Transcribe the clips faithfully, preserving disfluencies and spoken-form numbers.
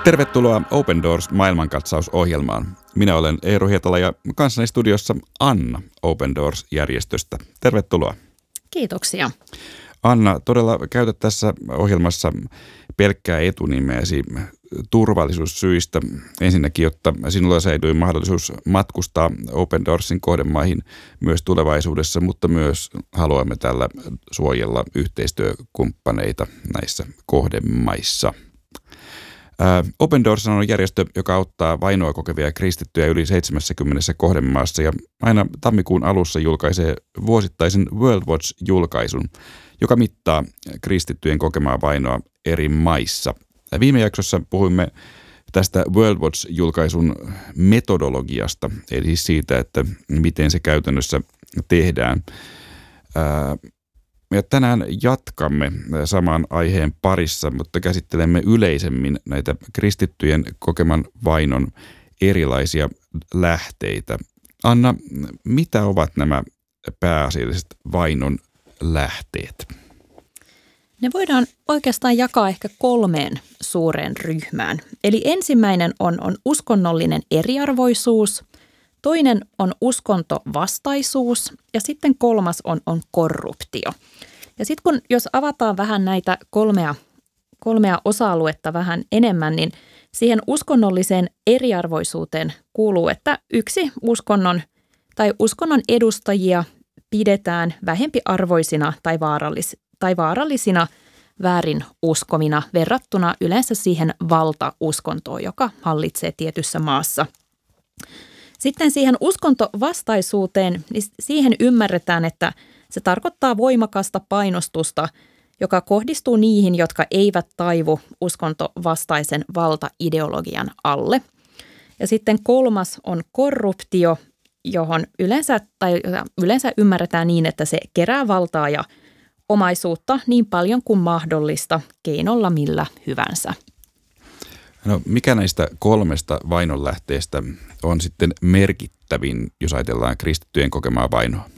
Tervetuloa Open Doors maailmankatsausohjelmaan. Minä olen Eero Hietala ja kanssani studiossa Anna Open Doors-järjestöstä. Tervetuloa. Kiitoksia. Anna, todella käytät tässä ohjelmassa pelkkää etunimeäsi turvallisuussyistä. Ensinnäkin, jotta sinulla säilyi mahdollisuus matkustaa Open Doorsin kohdemaihin myös tulevaisuudessa, mutta myös haluamme tällä suojella yhteistyökumppaneita näissä kohdemaissa. Open Doors on järjestö, joka auttaa vainoa kokevia kristittyjä yli seitsemänkymmentä kohdemaassa ja aina tammikuun alussa julkaisee vuosittaisen World Watch-julkaisun, joka mittaa kristittyjen kokemaa vainoa eri maissa. Viime jaksossa puhuimme tästä World Watch-julkaisun metodologiasta, eli siis siitä, että miten se käytännössä tehdään. Ja tänään jatkamme saman aiheen parissa, mutta käsittelemme yleisemmin näitä kristittyjen kokeman vainon erilaisia lähteitä. Anna, mitä ovat nämä pääasialliset vainon lähteet? Ne voidaan oikeastaan jakaa ehkä kolmeen suureen ryhmään. Eli ensimmäinen on, on uskonnollinen eriarvoisuus, toinen on uskontovastaisuus ja sitten kolmas on, on korruptio. Ja sitten kun jos avataan vähän näitä kolmea, kolmea osa-aluetta vähän enemmän, niin siihen uskonnolliseen eriarvoisuuteen kuuluu, että yksi uskonnon tai uskonnon edustajia pidetään vähempiarvoisina tai, vaarallis, tai vaarallisina väärin uskomina verrattuna yleensä siihen valtauskontoon, joka hallitsee tietyssä maassa. Sitten siihen uskontovastaisuuteen, niin siihen ymmärretään, että se tarkoittaa voimakasta painostusta, joka kohdistuu niihin, jotka eivät taivu uskontovastaisen valtaideologian alle. Ja sitten kolmas on korruptio, johon yleensä, tai yleensä ymmärretään niin, että se kerää valtaa ja omaisuutta niin paljon kuin mahdollista keinolla millä hyvänsä. No, mikä näistä kolmesta vainonlähteestä on sitten merkittävin, jos ajatellaan kristittyjen kokemaa vainoa?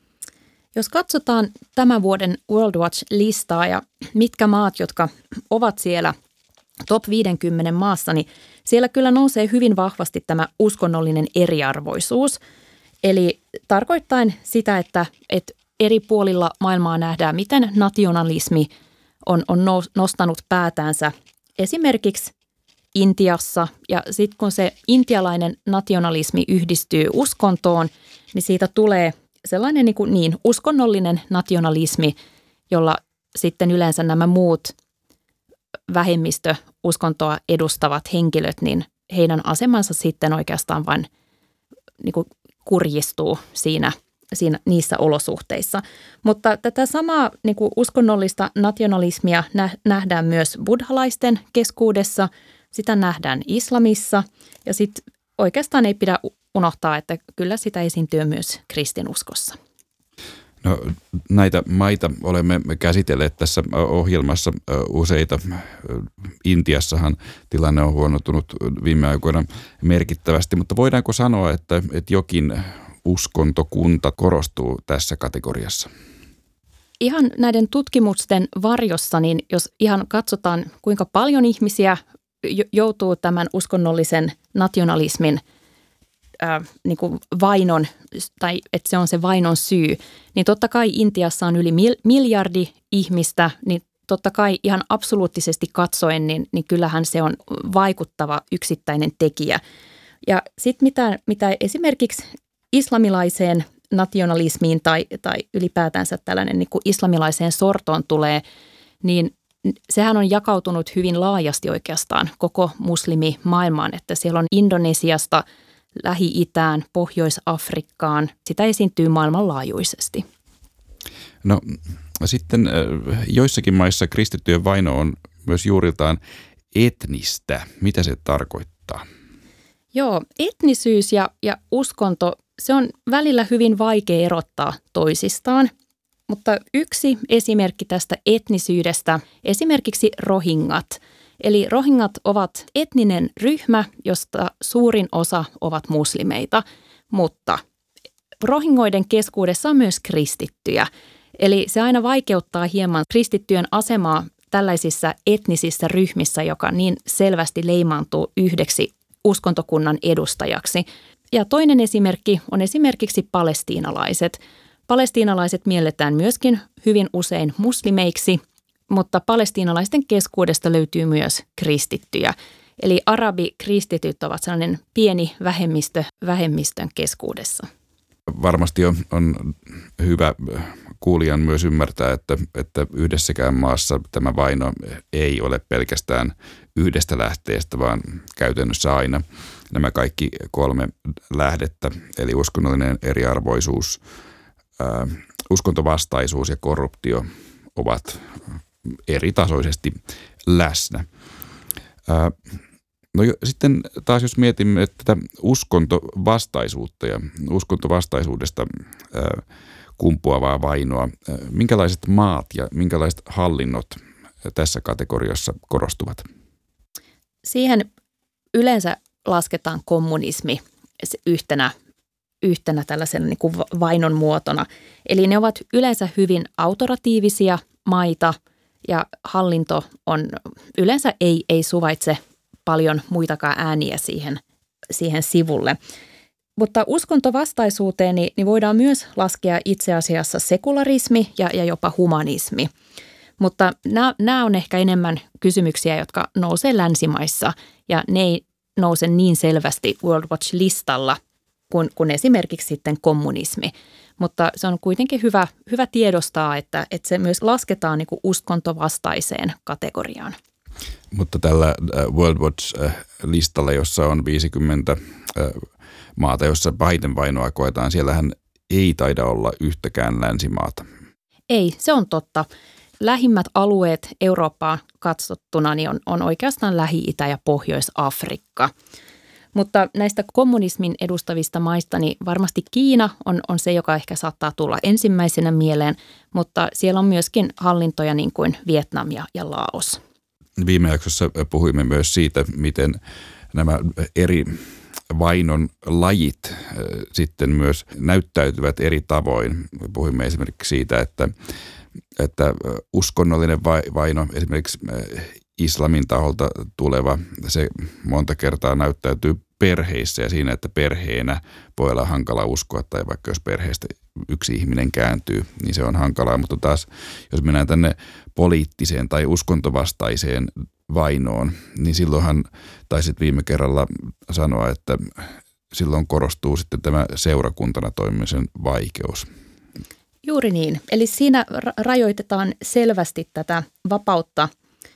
Jos katsotaan tämän vuoden World Watch-listaa ja mitkä maat, jotka ovat siellä top viisikymmentä maassa, niin siellä kyllä nousee hyvin vahvasti tämä uskonnollinen eriarvoisuus. Eli tarkoittain sitä, että, että eri puolilla maailmaa nähdään, miten nationalismi on, on nostanut päätänsä esimerkiksi Intiassa, ja sitten kun se intialainen nationalismi yhdistyy uskontoon, niin siitä tulee sellainen niin, kuin niin uskonnollinen nationalismi, jolla sitten yleensä nämä muut vähemmistöuskontoa edustavat henkilöt, niin heidän asemansa sitten oikeastaan vain niin kuin kurjistuu siinä, siinä niissä olosuhteissa. Mutta tätä samaa niin kuin uskonnollista nationalismia nähdään myös buddhalaisten keskuudessa. Sitä nähdään islamissa ja sitten oikeastaan ei pidä unohtaa, että kyllä sitä esiintyy myös kristinuskossa. No, näitä maita olemme käsitelleet tässä ohjelmassa useita. Intiassahan tilanne on huonontunut viime aikoina merkittävästi, mutta voidaanko sanoa, että, että jokin uskontokunta korostuu tässä kategoriassa? Ihan näiden tutkimusten varjossa, niin jos ihan katsotaan, kuinka paljon ihmisiä joutuu tämän uskonnollisen nationalismin äh, niin kuin vainon, tai että se on se vainon syy, niin totta kai Intiassa on yli miljardi ihmistä, niin totta kai ihan absoluuttisesti katsoen, niin, niin kyllähän se on vaikuttava yksittäinen tekijä. Ja sitten mitä, mitä esimerkiksi islamilaiseen nationalismiin tai, tai ylipäätänsä tällainen niin kuin islamilaiseen sortoon tulee, niin sehän on jakautunut hyvin laajasti oikeastaan koko muslimimaailmaan, että siellä on Indonesiasta Lähi-Itään, Pohjois-Afrikkaan. Sitä esiintyy maailmanlaajuisesti. No sitten joissakin maissa kristittyjen vaino on myös juuriltaan etnistä. Mitä se tarkoittaa? Joo, etnisyys ja, ja uskonto, se on välillä hyvin vaikea erottaa toisistaan. Mutta yksi esimerkki tästä etnisyydestä, esimerkiksi rohingat. Eli rohingat ovat etninen ryhmä, josta suurin osa ovat muslimeita, mutta rohingoiden keskuudessa on myös kristittyjä. Eli se aina vaikeuttaa hieman kristittyjen asemaa tällaisissa etnisissä ryhmissä, joka niin selvästi leimaantuu yhdeksi uskontokunnan edustajaksi. Ja toinen esimerkki on esimerkiksi palestiinalaiset. Palestiinalaiset mielletään myöskin hyvin usein muslimeiksi, mutta palestiinalaisten keskuudesta löytyy myös kristittyjä. Eli arabikristityt ovat sellainen pieni vähemmistö vähemmistön keskuudessa. Varmasti on, on hyvä kuulijan myös ymmärtää, että, että yhdessäkään maassa tämä vaino ei ole pelkästään yhdestä lähteestä, vaan käytännössä aina nämä kaikki kolme lähdettä, eli uskonnollinen eriarvoisuus, ää, uskontovastaisuus ja korruptio ovat eritasoisesti läsnä. Ää, No jo, sitten taas jos mietimme tätä uskontovastaisuutta ja uskontovastaisuudesta ää, kumpuavaa vainoa, ää, minkälaiset maat ja minkälaiset hallinnot tässä kategoriassa korostuvat? Siihen yleensä lasketaan kommunismi yhtenä, yhtenä tällaisena niin kuin vainon muotona. Eli ne ovat yleensä hyvin autoratiivisia maita ja hallinto on yleensä ei, ei suvaitse paljon muitakaan ääniä siihen, siihen sivulle. Mutta uskontovastaisuuteen niin, niin voidaan myös laskea itse asiassa sekularismi ja, ja jopa humanismi. Mutta nämä, nämä on ehkä enemmän kysymyksiä, jotka nousee länsimaissa ja ne ei nouse niin selvästi World Watch-listalla kuin, kuin esimerkiksi sitten kommunismi. Mutta se on kuitenkin hyvä, hyvä tiedostaa, että, että se myös lasketaan niin kuin uskontovastaiseen kategoriaan. Mutta tällä World Watch-listalla, jossa on viisikymmentä maata, jossa pahiten vainoa koetaan, siellähän ei taida olla yhtäkään länsimaata. Ei, se on totta. Lähimmät alueet Eurooppaan katsottuna niin on, on oikeastaan Lähi-Itä ja Pohjois-Afrikka. Mutta näistä kommunismin edustavista maista niin varmasti Kiina on, on se, joka ehkä saattaa tulla ensimmäisenä mieleen, mutta siellä on myöskin hallintoja niin kuin Vietnam ja, ja Laos. Viime jaksossa puhuimme myös siitä, miten nämä eri vainon lajit sitten myös näyttäytyvät eri tavoin. Puhuimme esimerkiksi siitä, että, että uskonnollinen vaino, esimerkiksi islamin taholta tuleva, se monta kertaa näyttäytyy perheissä ja siinä, että perheenä voi olla hankala uskoa tai vaikka jos perheestä yksi ihminen kääntyy, niin se on hankalaa. Mutta taas jos mennään tänne poliittiseen tai uskontovastaiseen vainoon, niin silloinhan taisit viime kerralla sanoa, että silloin korostuu sitten tämä seurakuntana toimimisen vaikeus. Juuri niin. Eli siinä rajoitetaan selvästi tätä vapautta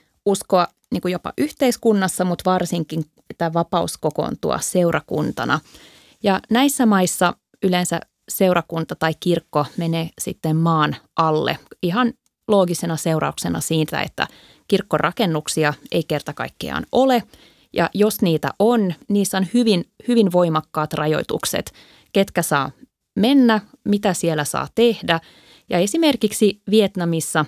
uskoa niin kuin jopa yhteiskunnassa, mutta varsinkin tämä vapaus kokoontua seurakuntana. Ja näissä maissa yleensä seurakunta tai kirkko menee sitten maan alle ihan loogisena seurauksena siitä, että kirkkorakennuksia ei kerta kaikkiaan ole. Ja jos niitä on, niissä on hyvin, hyvin voimakkaat rajoitukset, ketkä saa mennä, mitä siellä saa tehdä. Ja esimerkiksi Vietnamissa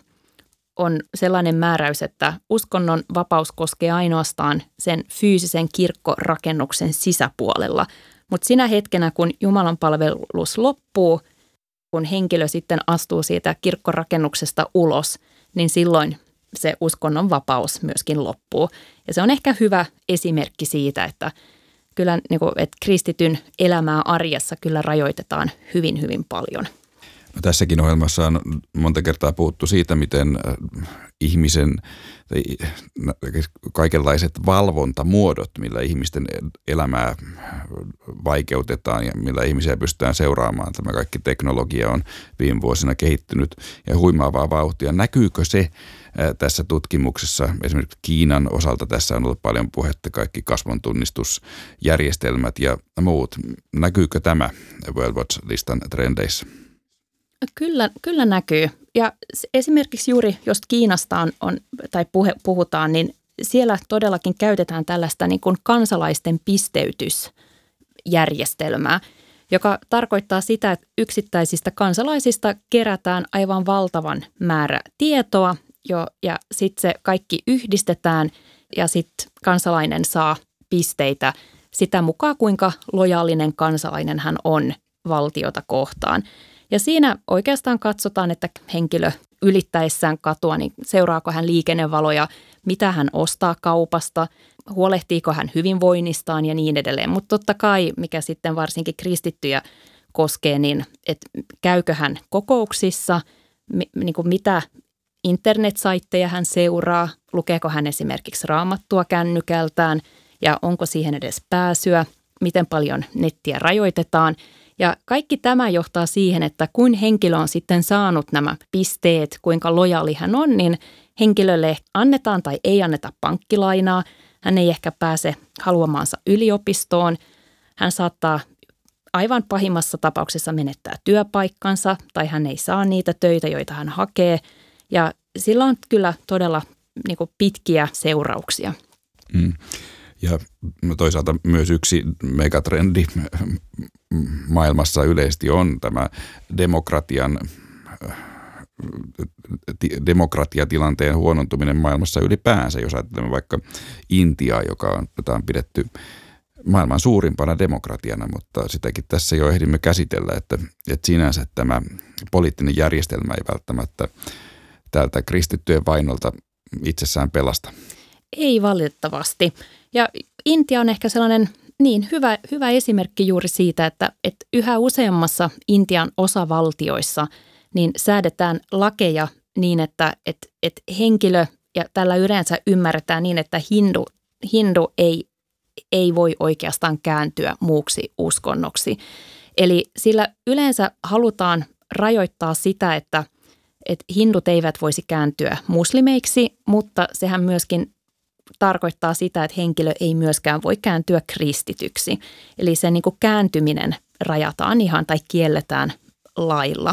on sellainen määräys, että uskonnon vapaus koskee ainoastaan sen fyysisen kirkkorakennuksen sisäpuolella. Mutta sinä hetkenä, kun Jumalan palvelus loppuu, kun henkilö sitten astuu siitä kirkkorakennuksesta ulos, niin silloin se uskonnon vapaus myöskin loppuu. Ja se on ehkä hyvä esimerkki siitä, että kyllä niin kuin, että kristityn elämää arjessa kyllä rajoitetaan hyvin, hyvin paljon. No, tässäkin ohjelmassa on monta kertaa puhuttu siitä, miten ihmisen tai kaikenlaiset valvontamuodot, millä ihmisten elämää vaikeutetaan ja millä ihmisiä pystytään seuraamaan. Tämä kaikki teknologia on viime vuosina kehittynyt ja huimaavaa vauhtia. Näkyykö se tässä tutkimuksessa? Esimerkiksi Kiinan osalta tässä on ollut paljon puhetta, kaikki kasvontunnistusjärjestelmät ja muut. Näkyykö tämä World Watch-listan trendeissä? Kyllä, kyllä näkyy. Ja esimerkiksi juuri, jos Kiinasta on, on tai puhe, puhutaan, niin siellä todellakin käytetään tällaista niin kuin kansalaisten pisteytysjärjestelmää, joka tarkoittaa sitä, että yksittäisistä kansalaisista kerätään aivan valtavan määrä tietoa jo, ja sitten se kaikki yhdistetään ja sitten kansalainen saa pisteitä sitä mukaan, kuinka lojaalinen kansalainen hän on valtiota kohtaan. Ja siinä oikeastaan katsotaan, että henkilö ylittäessään katua, niin seuraako hän liikennevaloja, mitä hän ostaa kaupasta, huolehtiiko hän hyvinvoinnistaan ja niin edelleen. Mutta totta kai, mikä sitten varsinkin kristittyjä koskee, niin että käykö hän kokouksissa, niin kuin mitä internetsaitteja hän seuraa, lukeeko hän esimerkiksi raamattua kännykältään ja onko siihen edes pääsyä, miten paljon nettiä rajoitetaan. Ja kaikki tämä johtaa siihen, että kun henkilö on sitten saanut nämä pisteet, kuinka lojaali hän on, niin henkilölle annetaan tai ei anneta pankkilainaa. Hän ei ehkä pääse haluamaansa yliopistoon. Hän saattaa aivan pahimmassa tapauksessa menettää työpaikkansa tai hän ei saa niitä töitä, joita hän hakee. Ja sillä on kyllä todella niin kuin pitkiä seurauksia. Mm. Ja toisaalta myös yksi megatrendi maailmassa yleisesti on tämä demokratian, demokratiatilanteen huonontuminen maailmassa ylipäänsä. Jos ajattelemme vaikka Intiaa, joka on, jota on pidetty maailman suurimpana demokratiana, mutta sitäkin tässä jo ehdimme käsitellä, että, että sinänsä tämä poliittinen järjestelmä ei välttämättä tältä kristittyjen vainolta itsessään pelasta. Ei valitettavasti. Ja Intia on ehkä sellainen niin hyvä, hyvä esimerkki juuri siitä, että, että yhä useammassa Intian osavaltioissa niin säädetään lakeja niin, että, että, että henkilö, ja tällä yleensä ymmärretään niin, että hindu, hindu ei, ei voi oikeastaan kääntyä muuksi uskonnoksi. Eli sillä yleensä halutaan rajoittaa sitä, että, että hindut eivät voisi kääntyä muslimeiksi, mutta sehän myöskin tarkoittaa sitä, että henkilö ei myöskään voi kääntyä kristityksi. Eli se niin kuin kääntyminen rajataan ihan tai kielletään lailla.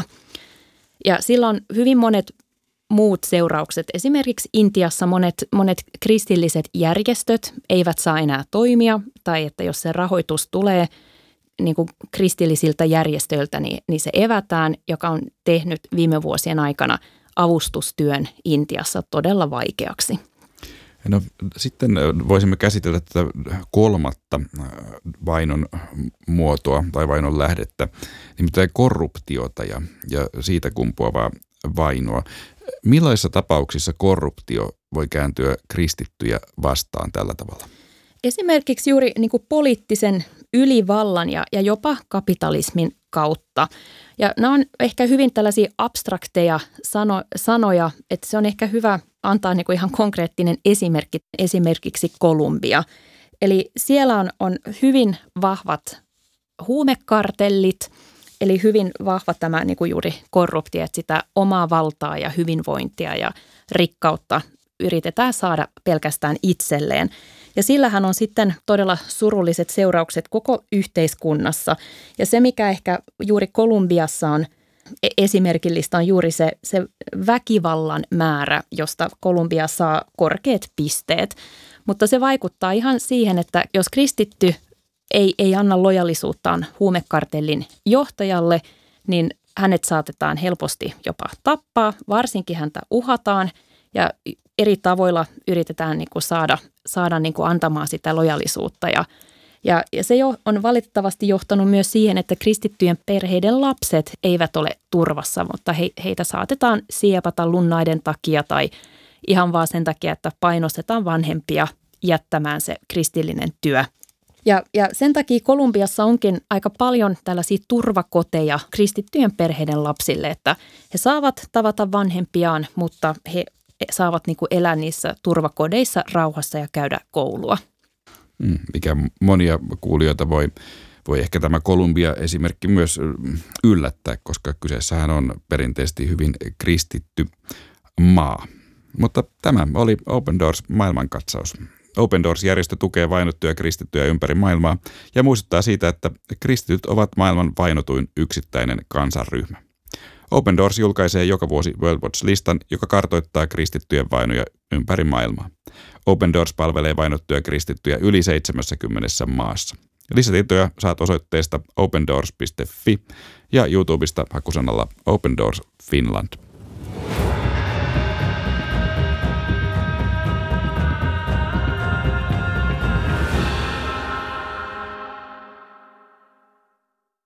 Ja sillä on hyvin monet muut seuraukset. Esimerkiksi Intiassa monet, monet kristilliset järjestöt eivät saa enää toimia, tai että jos se rahoitus tulee niin kuin kristillisiltä järjestöiltä, niin, niin se evätään, joka on tehnyt viime vuosien aikana avustustyön Intiassa todella vaikeaksi. No sitten voisimme käsitellä tätä kolmatta vainon muotoa tai vainon lähdettä, nimittäin korruptiota ja, ja siitä kumpuavaa vainoa. Millaisissa tapauksissa korruptio voi kääntyä kristittyjä vastaan tällä tavalla? Esimerkiksi juuri niin kuin poliittisen ylivallan ja, ja jopa kapitalismin kautta. Ja nämä on ehkä hyvin tällaisia abstrakteja sano, sanoja, että se on ehkä hyvä antaa niin kuin ihan konkreettinen esimerkki, esimerkiksi Kolumbia. Eli siellä on, on hyvin vahvat huumekartellit, eli hyvin vahva tämä niin kuin juuri korruptio, että sitä omaa valtaa ja hyvinvointia ja rikkautta yritetään saada pelkästään itselleen. Ja sillähän on sitten todella surulliset seuraukset koko yhteiskunnassa. Ja se, mikä ehkä juuri Kolumbiassa on esimerkillistä, on juuri se, se väkivallan määrä, josta Kolumbia saa korkeat pisteet. Mutta se vaikuttaa ihan siihen, että jos kristitty ei, ei anna lojallisuuttaan huumekartellin johtajalle, niin hänet saatetaan helposti jopa tappaa, varsinkin häntä uhataan ja eri tavoilla yritetään niin kuin saada, saada niin kuin antamaan sitä lojallisuutta. Ja, ja, ja se jo on valitettavasti johtanut myös siihen, että kristittyjen perheiden lapset eivät ole turvassa, mutta he, heitä saatetaan siepata lunnaiden takia tai ihan vaan sen takia, että painostetaan vanhempia jättämään se kristillinen työ. Ja, ja sen takia Kolumbiassa onkin aika paljon tällaisia turvakoteja kristittyjen perheiden lapsille, että he saavat tavata vanhempiaan, mutta he saavat niin kuin elää niissä turvakodeissa rauhassa ja käydä koulua. Mm, mikä monia kuulijoita voi, voi ehkä tämä Kolumbia-esimerkki myös yllättää, koska kyseessähän on perinteisesti hyvin kristitty maa. Mutta tämä oli Open Doors maailmankatsaus. Open Doors-järjestö tukee vainottuja kristittyjä ympäri maailmaa ja muistuttaa siitä, että kristityt ovat maailman vainotuin yksittäinen kansanryhmä. Open Doors julkaisee joka vuosi World Watch-listan, joka kartoittaa kristittyjen vainoja ympäri maailmaa. Open Doors palvelee vainottuja kristittyjä yli seitsemässäkymmenessä maassa. Lisätietoja saat osoitteesta open doors piste fi ja YouTubesta hakusanalla Open Doors Finland.